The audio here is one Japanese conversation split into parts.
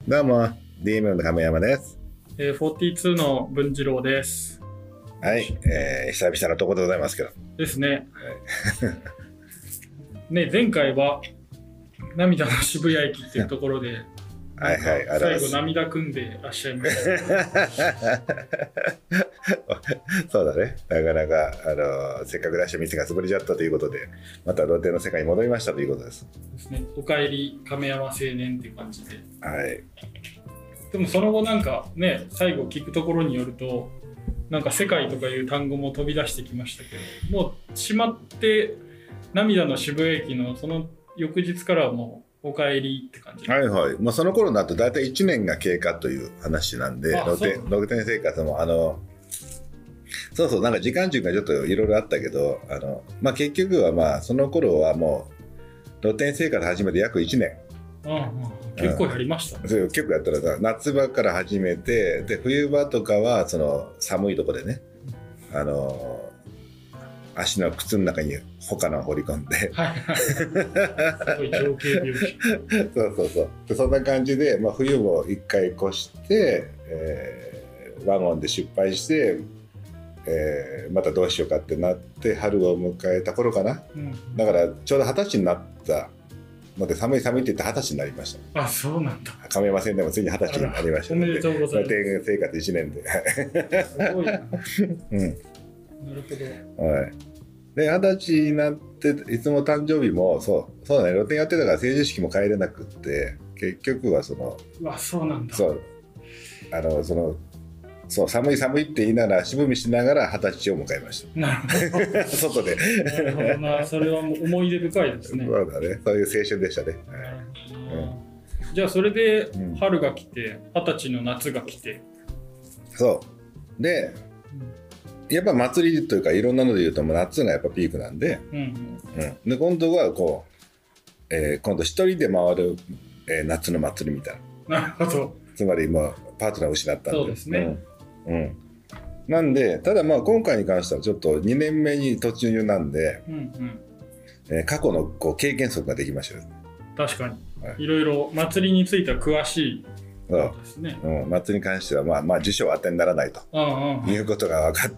どうも、DM の亀山です。 42の文次郎です。 はい、久々のところでございますけど。 ですね。ね、前回は涙の渋谷駅っていうところで、 はいはい、 最後涙ぐんでらっしゃいました。 そうだね。なかなか、せっかく出した店が潰れちゃったということで、また露店の世界に戻りましたということです。 ですね。おかえり亀山青年っていう感じで。 はい。 でもその後なんかね、最後聞くところによると、なんか世界とかいう単語も飛び出してきましたけど、もう閉まって涙の渋谷駅のその翌日からはもうおかえりって感じ。 はいはい。まあ、その頃だと大体1年が経過という話なんで、露店生活もそうそう、なんか時間軸がちょっといろいろあったけど、まあ、結局はまあその頃はもう露店生活始めて約1年。 結構やりましたね。 結構やったらさ、夏場から始めて、で冬場とかはその寒いとこでね、足の靴の中に他の放り込んで、 すごい情景描写。 そうそうそう。でそんな感じで、まあ、冬も一回越して、ワゴンで失敗して、またどうしようかってなって春を迎えた頃かな、だからちょうど20歳になったので、寒い寒いって言って20歳になりました。 あ、そうなんだ。 亀山線でもついに20歳になりましたので。おめでとうございます。 露店生活1年で。 すごいな。 うん。 なるほど。 はい。で、20歳になって、いつも誕生日も、そうだね、露店やってたから成人式も帰れなくって、結局はそうなんだ。 そう、そう寒い寒いって言いながら足踏みしながら20歳を迎えました。 なるほど。 外で。 なるほどな。それはもう思い出深いですね。 そうだね。そういう青春でしたね。 じゃあそれで春が来て、20歳の夏が来て。 そうで、やっぱ祭りというかいろんなので言うともう夏がやっぱピークなんで、で今度はこう、今度一人で回る、夏の祭りみたいな。なるほど。 つまり今パートナーを失ったんで。 そうですね。 なんで、ただまあ今回に関してはちょっと2年目に突入なんで、過去のこう経験則ができましたよね。 確かに、いろいろ祭りについては詳しいですね。 祭りに関してはまあ辞書は当てにならないということが分かって、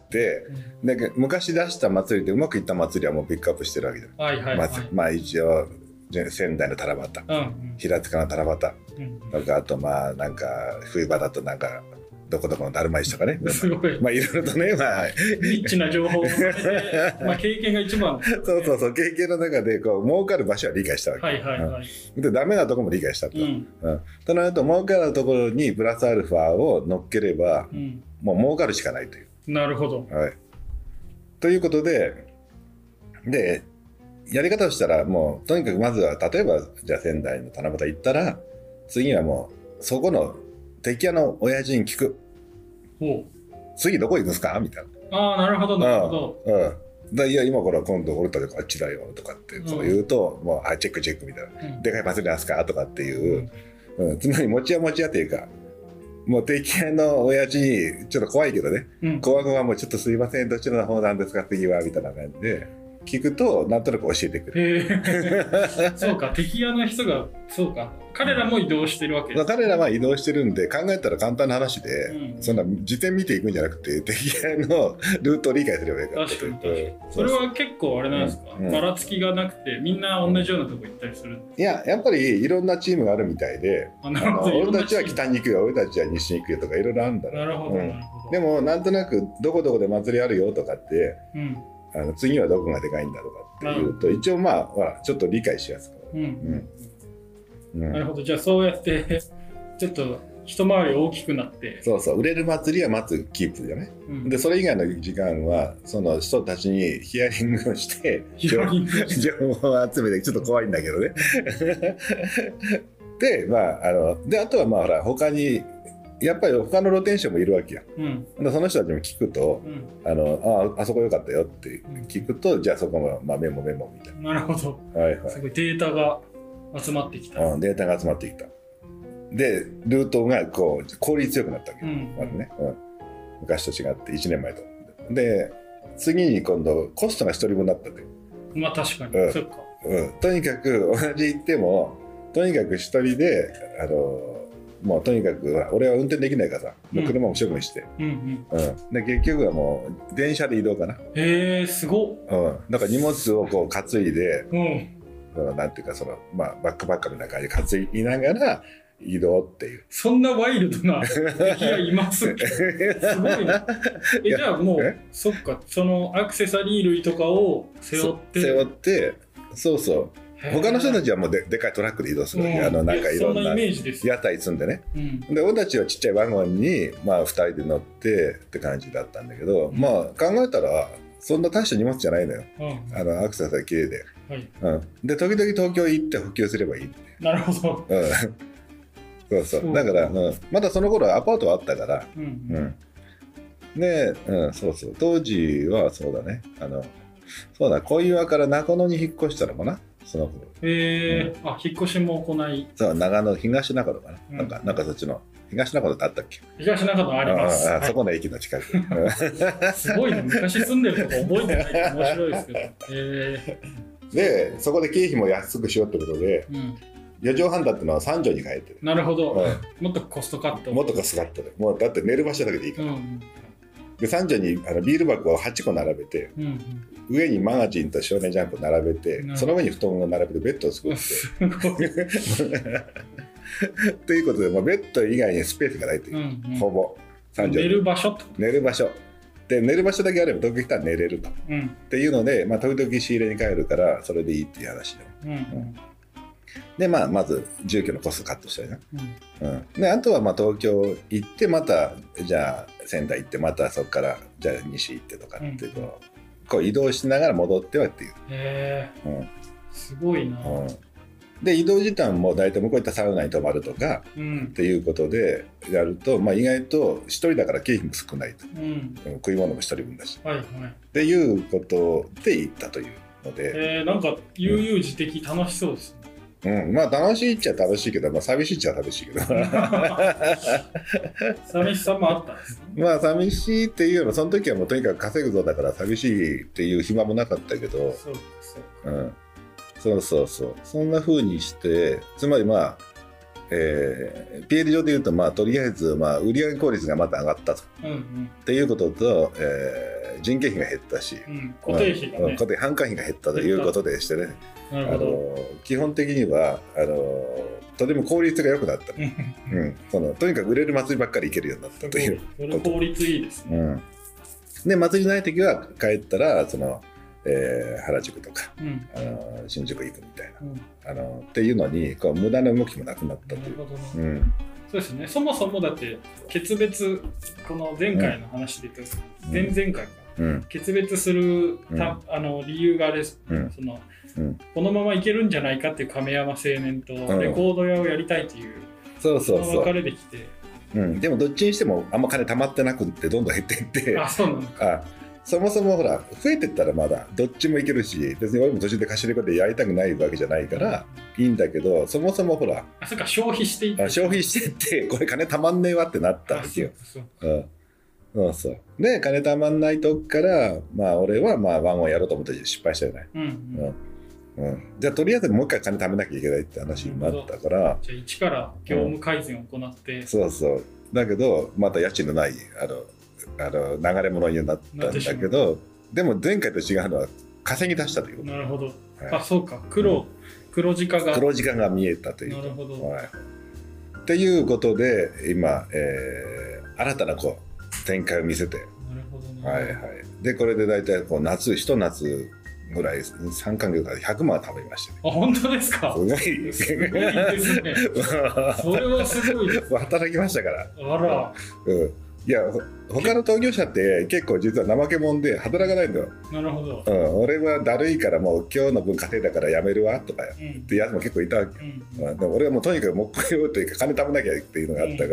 で昔出した祭りでうまくいった祭りはもうピックアップしてるわけで、まあ一応仙台の七夕、平塚の七夕とか、あとまあなんか冬場だとなんかどこどこのだるま石とかね、 すごい、 まあいろいろとね、まあニッチな情報を含めて、まあ経験が一番、 そうそうそう、経験の中でこう儲かる場所は理解したわけ。でダメなところも理解したと。となると儲かるところにプラスアルファを乗っければ、もう儲かるしかないという。 なるほど。 ということでやり方をしたら、もうとにかくまずは例えばじゃあ仙台の七夕行ったら、次はもうそこの敵屋の親父に聞く。次どこ行くんですかみたいな。 ああ、なるほどなるほど。いや今から今度俺たちあっちだよとかってそう言うと、もうチェックチェックみたいな、でかい祭りなんですかとかっていう、つまり持ち屋っていうか、もう敵屋の親父にちょっと怖いけどね、怖くはもうちょっとすいませんどちらの方なんですか次はみたいな感じで聞くとなんとなく教えてくれる。そうか、敵屋の人が、そうか、彼らも移動してるわけです。 彼らは移動してるんで、考えたら簡単な話で、そんな時点見ていくんじゃなくて敵屋のルートを理解すればいいから。 確かにそれは結構あれなんですか、ばらつきがなくてみんな同じようなとこ行ったりするんですか？ いや、やっぱりいろんなチームがあるみたいで、俺たちは北に行くよ、俺たちは西に行くよとかいろいろあるんだろう。 なるほどなるほど。 でもなんとなくどこどこで祭りあるよとかって、次はどこがでかいんだとかっていうと、一応まあちょっと理解しやすくなるほど。じゃあそうやってちょっと一回り大きくなって、 そうそう、売れる祭りはまずキープじゃね、でそれ以外の時間はその人たちにヒアリングをして情報を集めて、ちょっと怖いんだけどねでまああとはまあほら他にやっぱり他の露天商もいるわけよ、その人たちも聞くと、あそこ良かったよって聞くと、じゃあそこも、まあ、メモみたいな。 なるほど、すごいデータが集まってきた。 データが集まってきた。でルートがこう効率よくなったわけ、まずね、昔と違って1年前と。で次に今度コストが1人分だったという。 まあ確かに、そっか、 とにかく同じ行ってもとにかく1人でもうとにかく俺は運転できないからさ、もう車も処分して、で結局はもう電車で移動かな。 へえ、すごっ。 だから荷物をこう担いで、 うん、 なんていうかバックパッカーみたいな感じで担いながら移動っていう。 そんなワイルドな敵がいますっけ？すごいな。じゃあもうそっか、そのアクセサリー類とかを背負ってそうそう。他の人たちはもう でかいトラックで移動するわけ、なんかいろんな屋台積んでね、で俺たちはちっちゃいワゴンに2人で乗ってって感じだったんだけど、まあ考えたらそんな大した荷物じゃないのよ、アクセサリー綺麗で、で時々東京行って補給すればいいって。 なるほど、 そうそう、だから、まだその頃アパートはあったから、で、そうそう、当時はそうだね、そうだ、小岩から中野に引っ越したのかな、その頃。 引っ越しも行い。 そう、長野、東中野かな、なんかそっちの東中野ってあったっけ？ 東中野あります。 そこの駅の近く。 すごいね、昔住んでるとこ覚えてないって面白いですけど。で、そこで経費も安くしようってことで、4畳半だったのは3畳に変えてる。 なるほど、もっとコストカット。 もっとコストカットで、もうだって寝る場所だけでいいから。で3畳にビール箱を8個並べて、上にマガジンと少年ジャンプ並べて、その上に布団を並べてベッドを作ってということで、ベッド以外にスペースがないという、ほぼ3畳。 寝る場所で寝る場所だけあれば東京来たら寝れると、っていうので、時々仕入れに帰るからそれでいいっていう話で、まず住居のコストカットしたりな、であとは東京行ってまたじゃあ仙台行ってまたそこからじゃあ西行ってとかっていうこう移動しながら戻ってはっていう。 すごいな。 で移動時間も大体向こう行ったサウナに泊まるとか、っていうことでやると、意外と一人だから経費も少ないと、食い物も一人分だし、っていうことで行ったというので、 なんか悠々自適楽しそうですね。 楽しいっちゃ楽しいけど、寂しいっちゃ寂しいけど寂しさもあったんですね。 寂しいっていうのはその時はもうとにかく稼ぐぞだから寂しいっていう暇もなかったけど、そうそんな風にして、つまりPL 上でいうととりあえず売上効率がまた上がったと、っていうことと、人件費が減ったし、 固定費がね、 販管費が減ったということでしてね、基本的にはとても効率が良くなった、とにかく売れる祭りばっかり行けるようになったという。 それ効率いいですね。 で祭りない時は帰ったら原宿とか、新宿行くみたいな、っていうのに無駄な動きもなくなったという。 そうですね。そもそもだって決別、この前回の話で言うと、前々回か、決別する理由があれ、このままいけるんじゃないかっていう亀山青年とレコード屋をやりたいという、分かれてきて、 でもどっちにしてもあんま金貯まってなくってどんどん減っていって、 そうなのか。 そもそもほら増えてったらまだどっちもいけるし、別に俺も途中で貸しレコでやりたくないわけじゃないからいいんだけど、そもそもほらそうか、消費していってこれ金たまんねえわってなったわけよ。そうで金たまんないとこから俺はワンワンやろうと思って失敗したよね。じゃあとりあえずもう一回金貯めなきゃいけないって話になったから、 じゃあ一から業務改善を行って、 そうだけどまた家賃のない流れ物になったんだけど、でも前回と違うのは稼ぎ出したということ。 なるほど、そうか、黒字化が見えたという。 なるほど、 っていうことで今、新たな展開を見せて、でこれで大体一夏ぐらい3ヶ月から100万貯めましたね。 本当ですか？ すごいですね。 それはすごいです。 働きましたから。 あら。 いや他の創業者って結構実は怠け者で働かないんだよ。 なるほど。 俺はだるいからもう今日の分稼いだからやめるわとかってやつも結構いたわけ。でも俺はもうとにかくもう一回というか金貯めなきゃっていうのがあったから、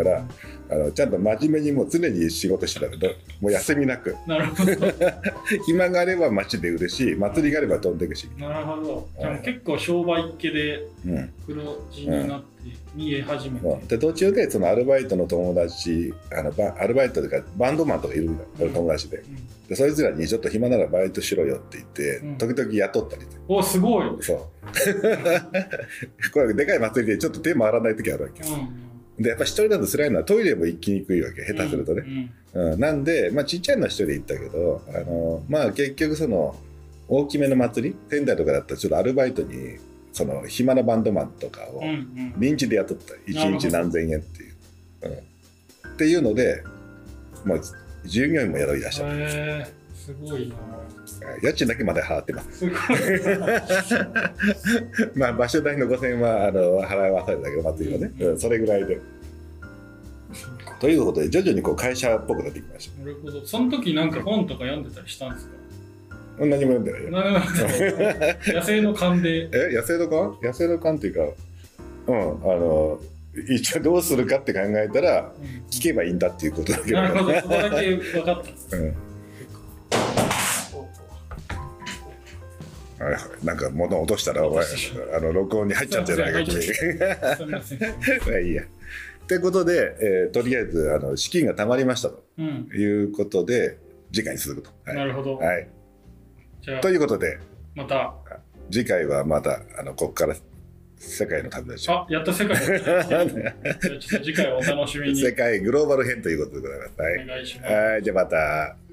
ちゃんと真面目にもう常に仕事してたけど、もう休みなく。 なるほど。 暇があれば街で売るし、祭りがあれば飛んでいくし。 なるほど。じゃあ結構商売っ気で黒字になって見え始めて。 で途中でそのアルバイトの友達、アルバイトというかバンドマンとかいるんだよ、友達で。でそいつらにちょっと暇ならバイトしろよって言って、時々雇ったりして。 お、すごい。 そう。これでかい祭りでちょっと手回らない時あるわけ。 でやっぱ一人だと辛いのはトイレも行きにくいわけ、下手するとね、なんで、まあ、ちっちゃいのは一人で行ったけど、まあ結局その大きめの祭り、仙台とかだったらちょっとアルバイトにその暇なバンドマンとかを臨時で雇った、1日何千円っていう、っていうので、まあ、従業員も雇い出した。 すごいな。 家賃だけまで払ってます。 すごいまあ場所代の5000円は払わされたけど、祭りはね、それぐらいで。ということで徐々にこう会社っぽくなってきました。 なるほど。その時なんか本とか読んでたりしたんですか？ 何も読んでないよ。 野生の勘で。 野生の勘？野生の勘っていうか、一応どうするかって考えたら、聞けばいいんだっていうことだけど。 なるほど、そこだけ分かった。 なんか物を落としたらお前録音に入っちゃうんじゃないか君。すみません。いいや。ってことで、とりあえず資金が貯まりましたということで、次回に続くと。 なるほど。 はい。ということで、 また次回はまたここから世界の旅立ち。 あ、やっと世界の旅立ち。じゃあちょっと次回お楽しみに。 世界グローバル編ということでございます。 はい、お願いします。 はい、じゃあまた。